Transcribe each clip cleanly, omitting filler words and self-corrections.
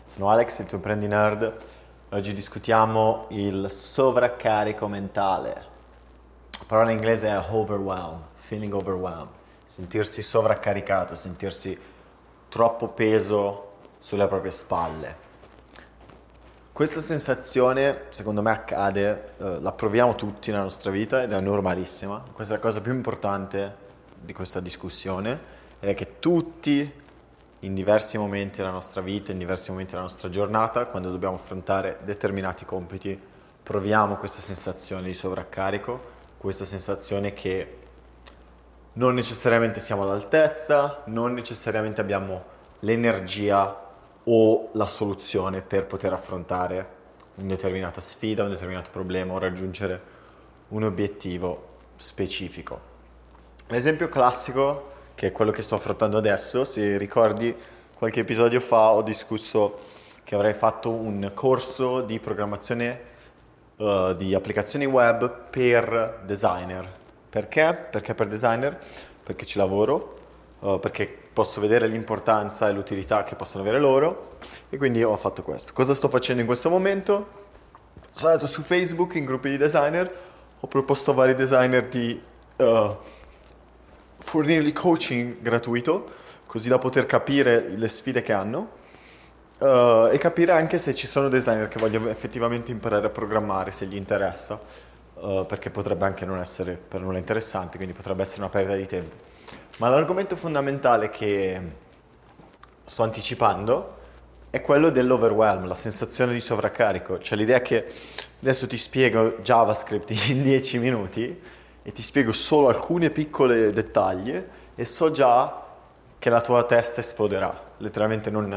Sono Alex, il tuo Prendi Nerd. Oggi discutiamo il sovraccarico mentale. La parola in inglese è overwhelm, feeling overwhelmed. Sentirsi sovraccaricato, sentirsi troppo peso sulle proprie spalle. Questa sensazione, secondo me, accade, la proviamo tutti nella nostra vita ed è normalissima. Questa è la cosa più importante di questa discussione, ed è che tutti, in diversi momenti della nostra vita, in diversi momenti della nostra giornata, quando dobbiamo affrontare determinati compiti, proviamo questa sensazione di sovraccarico, questa sensazione che non necessariamente siamo all'altezza, non necessariamente abbiamo l'energia o la soluzione per poter affrontare una determinata sfida, un determinato problema o raggiungere un obiettivo specifico. L'esempio classico, che è quello che sto affrontando adesso, se ricordi qualche episodio fa ho discusso che avrei fatto un corso di programmazione di applicazioni web per designer. Perché? Perché per designer? Perché ci lavoro, perché posso vedere l'importanza e l'utilità che possono avere loro e quindi ho fatto questo. Cosa sto facendo in questo momento? Sono andato su Facebook in gruppi di designer, ho proposto a vari designer di fornirgli coaching gratuito, così da poter capire le sfide che hanno e capire anche se ci sono designer che vogliono effettivamente imparare a programmare, se gli interessa, perché potrebbe anche non essere per nulla interessante, quindi potrebbe essere una perdita di tempo. Ma l'argomento fondamentale che sto anticipando è quello dell'overwhelm, la sensazione di sovraccarico, cioè l'idea che adesso ti spiego JavaScript in 10 minuti e ti spiego solo alcune piccole dettagli e so già che la tua testa esploderà, letteralmente non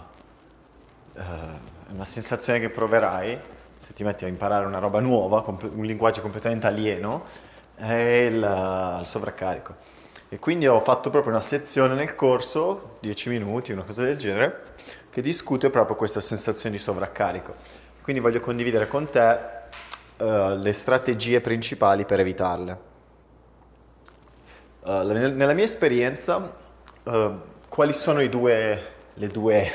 è una sensazione che proverai se ti metti a imparare una roba nuova, un linguaggio completamente alieno, è il sovraccarico. E quindi ho fatto proprio una sezione nel corso, 10 minuti, una cosa del genere, che discute proprio questa sensazione di sovraccarico. Quindi voglio condividere con te le strategie principali per evitarle. Nella mia esperienza, quali sono le due,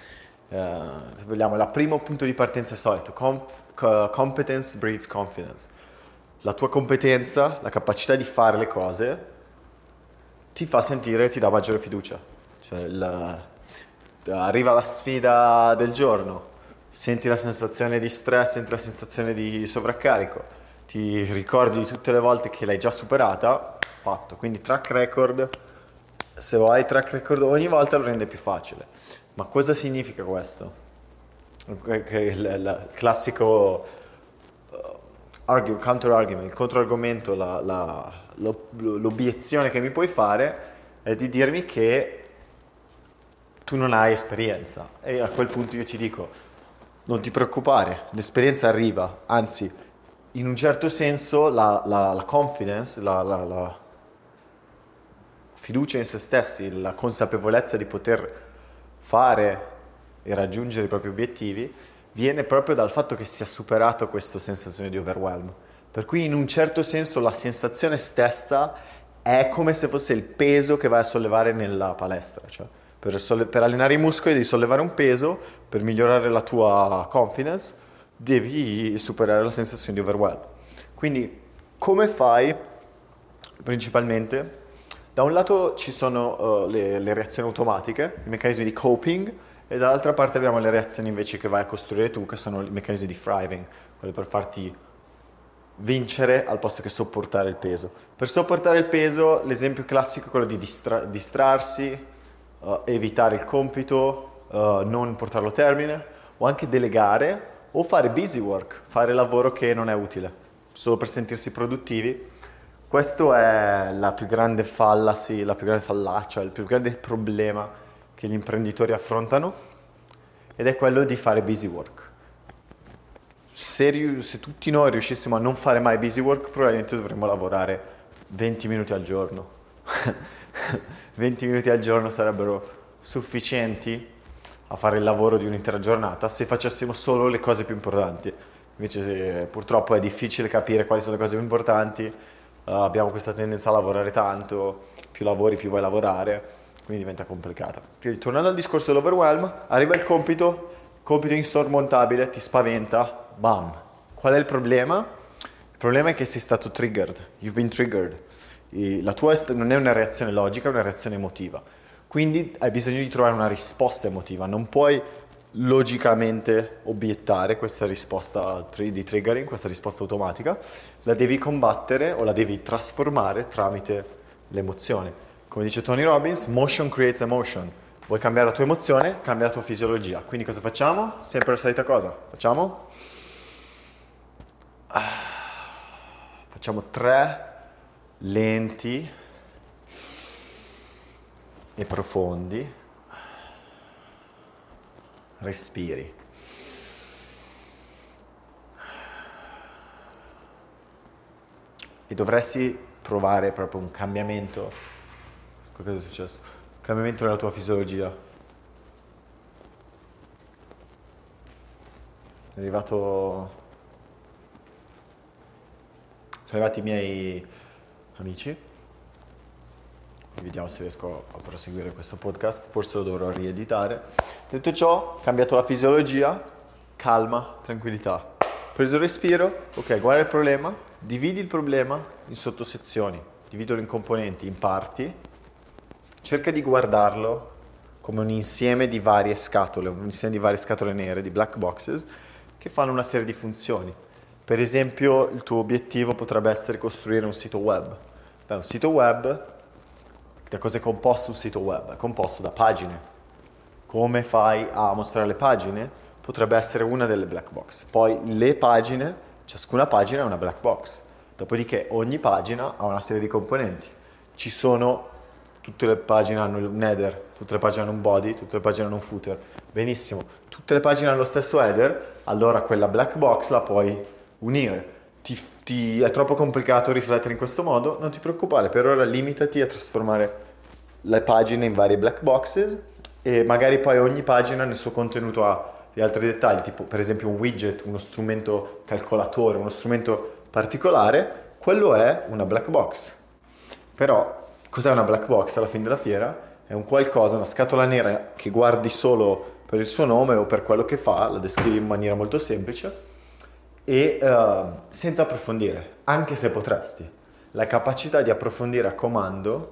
se vogliamo, il primo punto di partenza è solito, competence breeds confidence. La tua competenza, la capacità di fare le cose, ti fa sentire, ti dà maggiore fiducia. Cioè, arriva la sfida del giorno, senti la sensazione di stress, senti la sensazione di sovraccarico, ti ricordi di tutte le volte che l'hai già superata, fatto. Quindi track record, se hai track record ogni volta lo rende più facile. Ma cosa significa questo? Che il classico counter argument, il controargomento, l'obiezione che mi puoi fare è di dirmi che tu non hai esperienza e a quel punto io ti dico non ti preoccupare, l'esperienza arriva, anzi in un certo senso la confidence, la fiducia in se stessi, la consapevolezza di poter fare e raggiungere i propri obiettivi viene proprio dal fatto che si è superato questa sensazione di overwhelm. Per cui in un certo senso la sensazione stessa è come se fosse il peso che vai a sollevare nella palestra, cioè per allenare i muscoli devi sollevare un peso, per migliorare la tua confidence devi superare la sensazione di overwhelm. Quindi come fai principalmente? Da un lato ci sono le reazioni automatiche, i meccanismi di coping, e dall'altra parte abbiamo le reazioni invece che vai a costruire tu, che sono i meccanismi di thriving, quelli per farti vincere al posto che sopportare il peso. Per sopportare il peso, l'esempio classico è quello di distrarsi, evitare il compito, non portarlo a termine, o anche delegare, o fare busy work, fare lavoro che non è utile, solo per sentirsi produttivi. Questo è la più grande fallacy, la più grande fallaccia, il più grande problema che gli imprenditori affrontano ed è quello di fare busy work. Se tutti noi riuscissimo a non fare mai busy work, probabilmente dovremmo lavorare 20 minuti al giorno. 20 minuti al giorno sarebbero sufficienti a fare il lavoro di un'intera giornata se facessimo solo le cose più importanti. Invece purtroppo è difficile capire quali sono le cose più importanti, abbiamo questa tendenza a lavorare tanto, più lavori più vuoi lavorare, quindi diventa complicata. Quindi tornando al discorso dell'overwhelm, arriva il compito compito insormontabile, ti spaventa, bam. Qual è il problema? Il problema è che sei stato triggered, you've been triggered. E la tua non è una reazione logica, è una reazione emotiva. Quindi hai bisogno di trovare una risposta emotiva, non puoi logicamente obiettare questa risposta di triggering, questa risposta automatica, la devi combattere o la devi trasformare tramite l'emozione. Come dice Tony Robbins, motion creates emotion. Vuoi cambiare la tua emozione, cambia la tua fisiologia. Quindi cosa facciamo? Sempre la solita cosa. Facciamo 3 lenti e profondi respiri. E dovresti provare proprio un cambiamento. Cosa è successo? Un cambiamento nella tua fisiologia. È arrivato... Sono arrivati i miei amici. Vediamo se riesco a proseguire questo podcast, forse lo dovrò rieditare. Detto ciò, ho cambiato la fisiologia, calma, tranquillità. Preso il respiro, ok, guarda il problema, dividi il problema in sottosezioni, dividilo in componenti, in parti, cerca di guardarlo come un insieme di varie scatole, un insieme di varie scatole nere, di black boxes, che fanno una serie di funzioni. Per esempio, il tuo obiettivo potrebbe essere costruire un sito web. Beh, un sito web... Da cosa è composto un sito web? È composto da pagine. Come fai a mostrare le pagine? Potrebbe essere una delle black box. Poi le pagine, ciascuna pagina è una black box. Dopodiché ogni pagina ha una serie di componenti. Ci sono, tutte le pagine hanno un header, tutte le pagine hanno un body, tutte le pagine hanno un footer. Benissimo, tutte le pagine hanno lo stesso header, allora quella black box la puoi unire. È troppo complicato riflettere in questo modo? Non ti preoccupare, per ora limitati a trasformare le pagine in varie black boxes e magari poi ogni pagina nel suo contenuto ha degli altri dettagli, tipo per esempio un widget, uno strumento calcolatore, uno strumento particolare, quello è una black box. Però cos'è una black box alla fine della fiera? È un qualcosa, una scatola nera che guardi solo per il suo nome o per quello che fa, la descrivi in maniera molto semplice e senza approfondire, anche se potresti. La capacità di approfondire a comando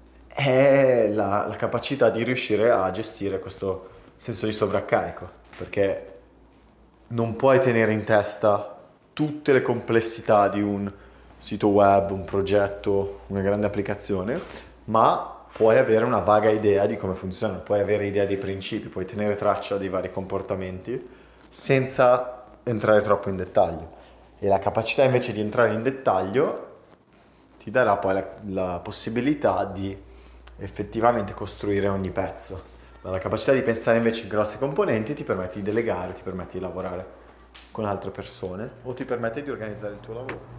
è la capacità di riuscire a gestire questo senso di sovraccarico, perché non puoi tenere in testa tutte le complessità di un sito web, un progetto, una grande applicazione, ma puoi avere una vaga idea di come funziona, puoi avere idea dei principi, puoi tenere traccia dei vari comportamenti senza entrare troppo in dettaglio. E la capacità invece di entrare in dettaglio ti darà poi la possibilità di effettivamente costruire ogni pezzo. La capacità di pensare invece in grossi componenti ti permette di delegare, ti permette di lavorare con altre persone o ti permette di organizzare il tuo lavoro.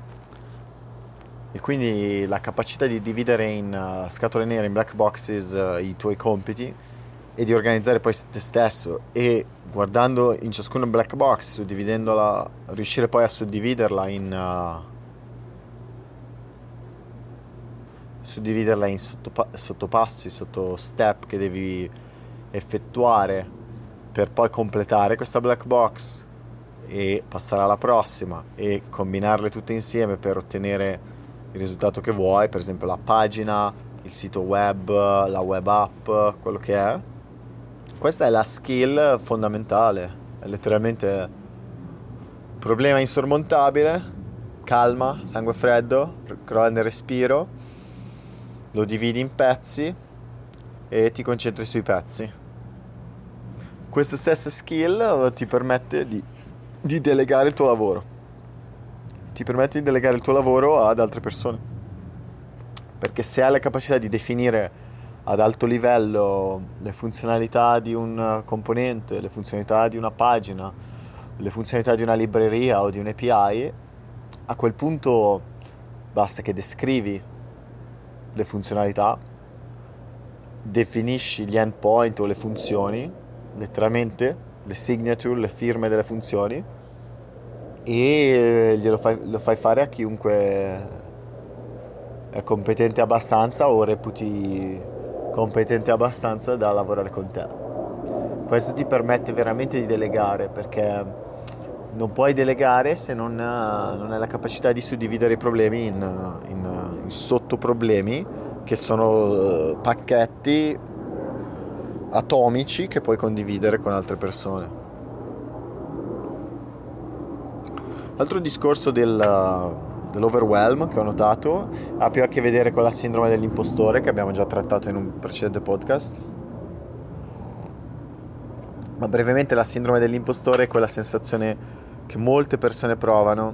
E quindi la capacità di dividere in scatole nere, in black boxes, i tuoi compiti e di organizzare poi te stesso e guardando in ciascuna black box, suddividendola, riuscire poi a suddividerla in sottopassi, sotto step che devi effettuare per poi completare questa black box e passare alla prossima e combinarle tutte insieme per ottenere il risultato che vuoi, per esempio la pagina, il sito web, la web app, quello che è. Questa è la skill fondamentale, è letteralmente problema insormontabile, calma, sangue freddo, grande respiro, lo dividi in pezzi e ti concentri sui pezzi. Questa stessa skill ti permette di delegare il tuo lavoro. Ti permette di delegare il tuo lavoro ad altre persone. Perché se hai la capacità di definire ad alto livello le funzionalità di un componente, le funzionalità di una pagina, le funzionalità di una libreria o di un API, a quel punto basta che descrivi le funzionalità, definisci gli endpoint o le funzioni, letteralmente le signature, le firme delle funzioni e lo fai fare a chiunque è competente abbastanza o reputi competente abbastanza da lavorare con te. Questo ti permette veramente di delegare, perché non puoi delegare se non hai la capacità di suddividere i problemi in sottoproblemi, che sono pacchetti atomici che puoi condividere con altre persone. L'altro discorso dell'overwhelm che ho notato ha più a che vedere con la sindrome dell'impostore, che abbiamo già trattato in un precedente podcast. Ma brevemente, la sindrome dell'impostore è quella sensazione che molte persone provano,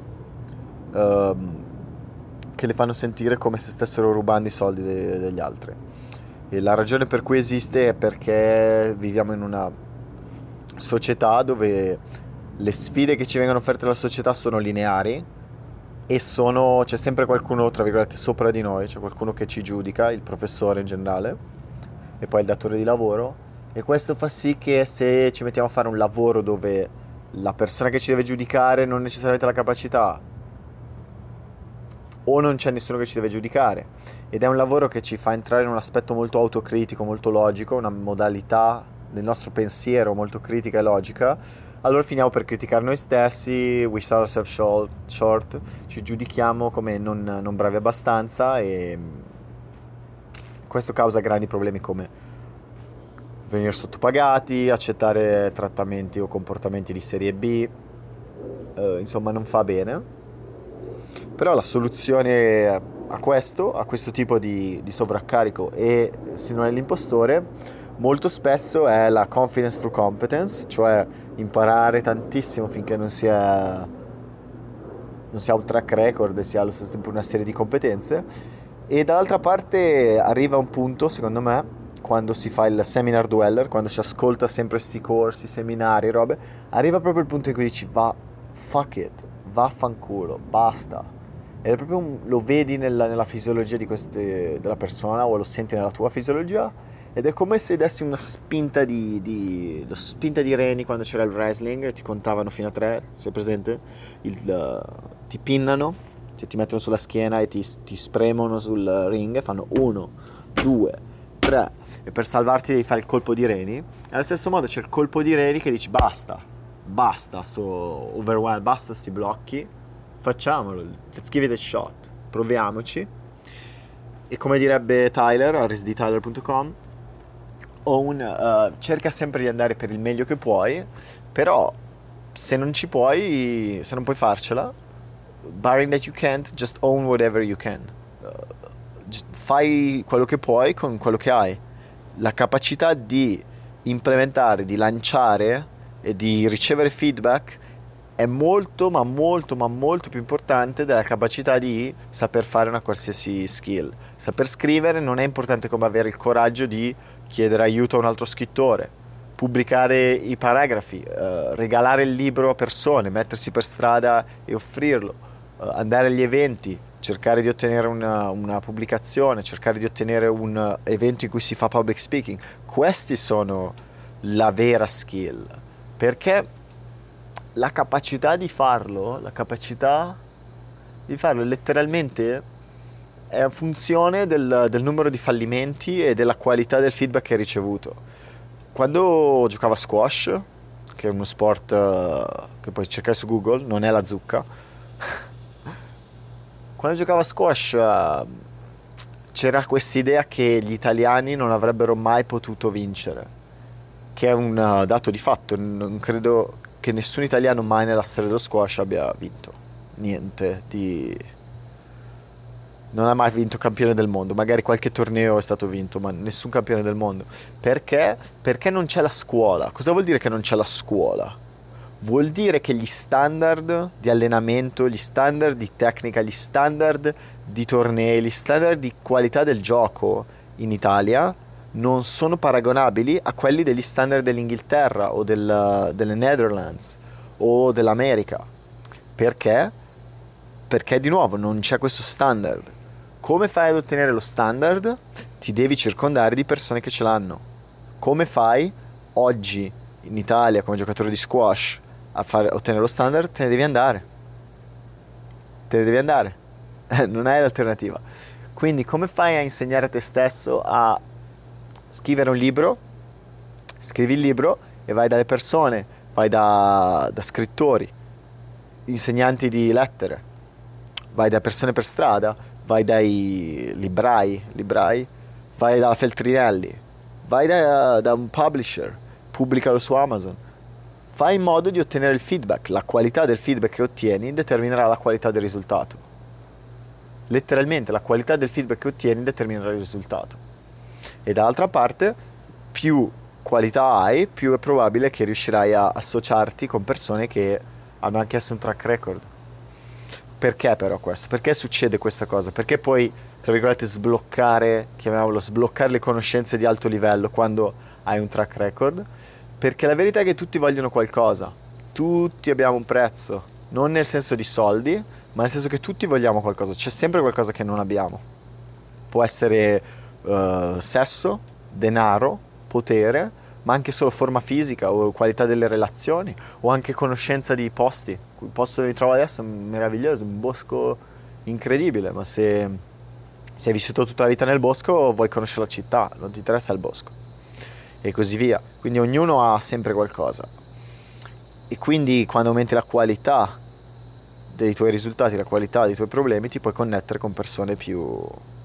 che le fanno sentire come se stessero rubando i soldi degli altri. E la ragione per cui esiste è perché viviamo in una società dove le sfide che ci vengono offerte dalla società sono lineari e c'è sempre qualcuno, tra virgolette, sopra di noi, c'è qualcuno che ci giudica, il professore in generale, e poi il datore di lavoro, e questo fa sì che se ci mettiamo a fare un lavoro dove la persona che ci deve giudicare non necessariamente ha la capacità, o non c'è nessuno che ci deve giudicare, ed è un lavoro che ci fa entrare in un aspetto molto autocritico, molto logico, una modalità del nostro pensiero molto critica e logica, allora finiamo per criticare noi stessi, we sell ourselves short, ci giudichiamo come non bravi abbastanza, e questo causa grandi problemi come venire sottopagati, accettare trattamenti o comportamenti di serie B, insomma non fa bene. Però la soluzione a questo tipo di sovraccarico e sindrome dell'impostore, molto spesso è la confidence through competence, cioè imparare tantissimo finché non si ha un track record e si ha sempre una serie di competenze. E dall'altra parte arriva un punto, secondo me, quando si fa il seminar dweller, quando si ascolta sempre sti corsi, seminari, robe, arriva proprio il punto in cui dici fuck it, vaffanculo, basta. Ed è proprio lo vedi nella fisiologia della persona, o lo senti nella tua fisiologia, ed è come se dessi una spinta la spinta di reni quando c'era il wrestling e ti contavano fino a 3, sei presente? Ti pinnano, cioè ti mettono sulla schiena e ti spremono sul ring e fanno 1, 2, 3, e per salvarti devi fare il colpo di reni. E allo stesso modo c'è il colpo di reni che dici basta sto overwhelm, basta sti blocchi, facciamolo, let's give it a shot, proviamoci. E come direbbe Tyler a risdtyler.com, cerca sempre di andare per il meglio che puoi, però se non puoi farcela, barring that you can't, just own whatever you can. Fai quello che puoi con quello che hai. La capacità di implementare, di lanciare e di ricevere feedback è molto ma molto ma molto più importante della capacità di saper fare una qualsiasi skill. Saper scrivere non è importante come avere il coraggio di chiedere aiuto a un altro scrittore, pubblicare i paragrafi, regalare il libro a persone, mettersi per strada e offrirlo, andare agli eventi, cercare di ottenere una pubblicazione, cercare di ottenere un evento in cui si fa public speaking. Questi sono la vera skill, perché la capacità di farlo letteralmente è funzione del numero di fallimenti e della qualità del feedback che hai ricevuto. Quando giocavo a squash, che è uno sport che puoi cercare su Google, non è la zucca, quando giocavo a squash c'era questa idea che gli italiani non avrebbero mai potuto vincere, che è un dato di fatto. Non credo che nessun italiano mai nella storia dello squash abbia vinto niente non ha mai vinto campione del mondo. Magari qualche torneo è stato vinto, ma nessun campione del mondo. Perché? Perché non c'è la scuola. Cosa vuol dire che non c'è la scuola? Vuol dire che gli standard di allenamento, gli standard di tecnica, gli standard di tornei, gli standard di qualità del gioco in Italia non sono paragonabili a quelli degli standard dell'Inghilterra o delle Netherlands o dell'America. Perché? Perché di nuovo non c'è questo standard. Come fai ad ottenere lo standard? Ti devi circondare di persone che ce l'hanno. Come fai oggi in Italia come giocatore di squash a ottenere lo standard? Te ne devi andare. Non hai l'alternativa. Quindi come fai a insegnare a te stesso a scrivere un libro? Scrivi il libro e vai dalle persone, vai da scrittori, insegnanti di lettere, vai da persone per strada, vai dai librai, vai da Feltrinelli, vai da un publisher, pubblicalo su Amazon. Fai in modo di ottenere il feedback. La qualità del feedback che ottieni determinerà la qualità del risultato. Letteralmente, la qualità del feedback che ottieni determinerà il risultato. E dall'altra parte, più qualità hai, più è probabile che riuscirai a associarti con persone che hanno anche un track record. Perché però questo? Perché succede questa cosa? Perché poi, tra virgolette, chiamiamolo sbloccare le conoscenze di alto livello quando hai un track record? Perché la verità è che tutti vogliono qualcosa, tutti abbiamo un prezzo, non nel senso di soldi, ma nel senso che tutti vogliamo qualcosa, c'è sempre qualcosa che non abbiamo. Può essere sesso, denaro, potere, ma anche solo forma fisica o qualità delle relazioni, o anche conoscenza di posti. Il posto dove mi trovo adesso è meraviglioso, un bosco incredibile, ma se hai vissuto tutta la vita nel bosco vuoi conoscere la città, non ti interessa il bosco. E così via. Quindi ognuno ha sempre qualcosa. E quindi quando aumenti la qualità dei tuoi risultati, la qualità dei tuoi problemi, ti puoi connettere con persone più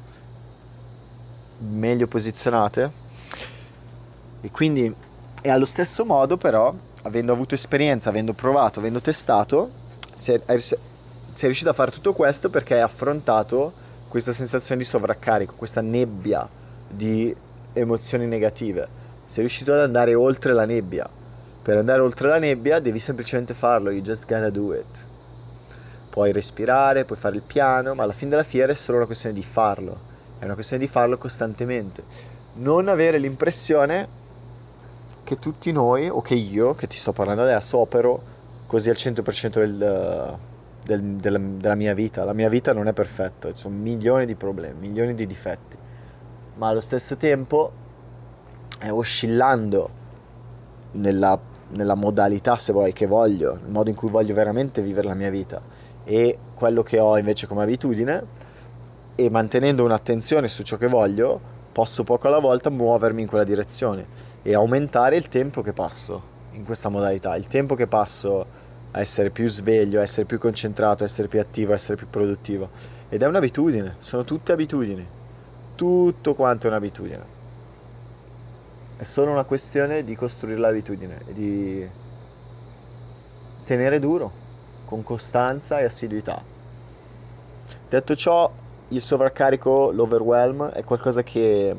meglio posizionate. E quindi e allo stesso modo però, avendo avuto esperienza, avendo provato, avendo testato, sei riuscito a fare tutto questo perché hai affrontato questa sensazione di sovraccarico, questa nebbia di emozioni negative. Sei riuscito ad andare oltre la nebbia. Per andare oltre la nebbia devi semplicemente farlo, you just gotta do it. Puoi respirare, puoi fare il piano, ma alla fine della fiera è solo una questione di farlo. È una questione di farlo costantemente. Non avere l'impressione che tutti noi, o che io, che ti sto parlando adesso, opero così al 100% della mia vita. La mia vita non è perfetta, ci sono milioni di problemi, milioni di difetti. Ma allo stesso tempo oscillando nella modalità, se vuoi, che voglio, nel modo in cui voglio veramente vivere la mia vita e quello che ho invece come abitudine, e mantenendo un'attenzione su ciò che voglio, posso poco alla volta muovermi in quella direzione e aumentare il tempo che passo in questa modalità, il tempo che passo a essere più sveglio, a essere più concentrato, a essere più attivo, a essere più produttivo. Ed è un'abitudine, sono tutte abitudini, tutto quanto è un'abitudine. È solo una questione di costruire l'abitudine e di tenere duro, con costanza e assiduità. Detto ciò, il sovraccarico, l'overwhelm, è qualcosa che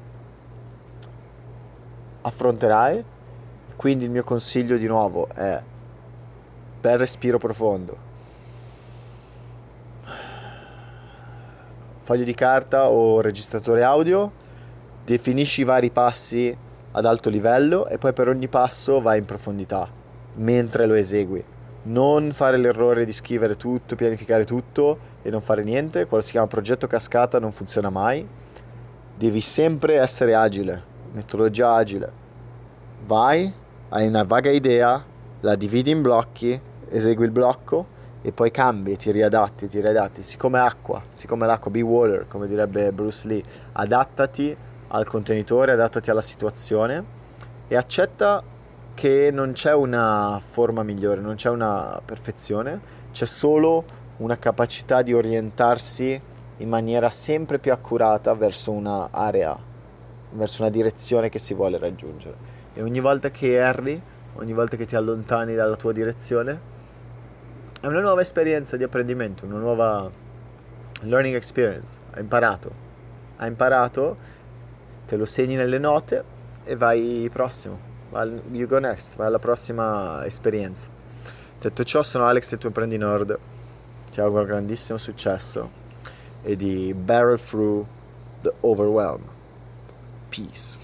affronterai, quindi il mio consiglio di nuovo è bel respiro profondo, foglio di carta o registratore audio, definisci i vari passi ad alto livello e poi per ogni passo vai in profondità mentre lo esegui. Non fare l'errore di scrivere tutto, pianificare tutto e non fare niente. Quello si chiama progetto cascata, non funziona mai. Devi sempre essere agile, metodologia agile. Vai, hai una vaga idea, la dividi in blocchi, esegui il blocco e poi cambi, ti riadatti. Siccome l'acqua, be water, come direbbe Bruce Lee, adattati al contenitore, adattati alla situazione e accetta che non c'è una forma migliore, non c'è una perfezione, c'è solo una capacità di orientarsi in maniera sempre più accurata verso una area, verso una direzione che si vuole raggiungere. E ogni volta che erri, ogni volta che ti allontani dalla tua direzione, è una nuova esperienza di apprendimento, una nuova learning experience. Hai imparato, te lo segni nelle note e vai prossimo, you go next, vai alla prossima esperienza. Detto ciò, sono Alex, il tuo Imprendi Nerd, ti auguro grandissimo successo e di barrel through the overwhelm. Peace.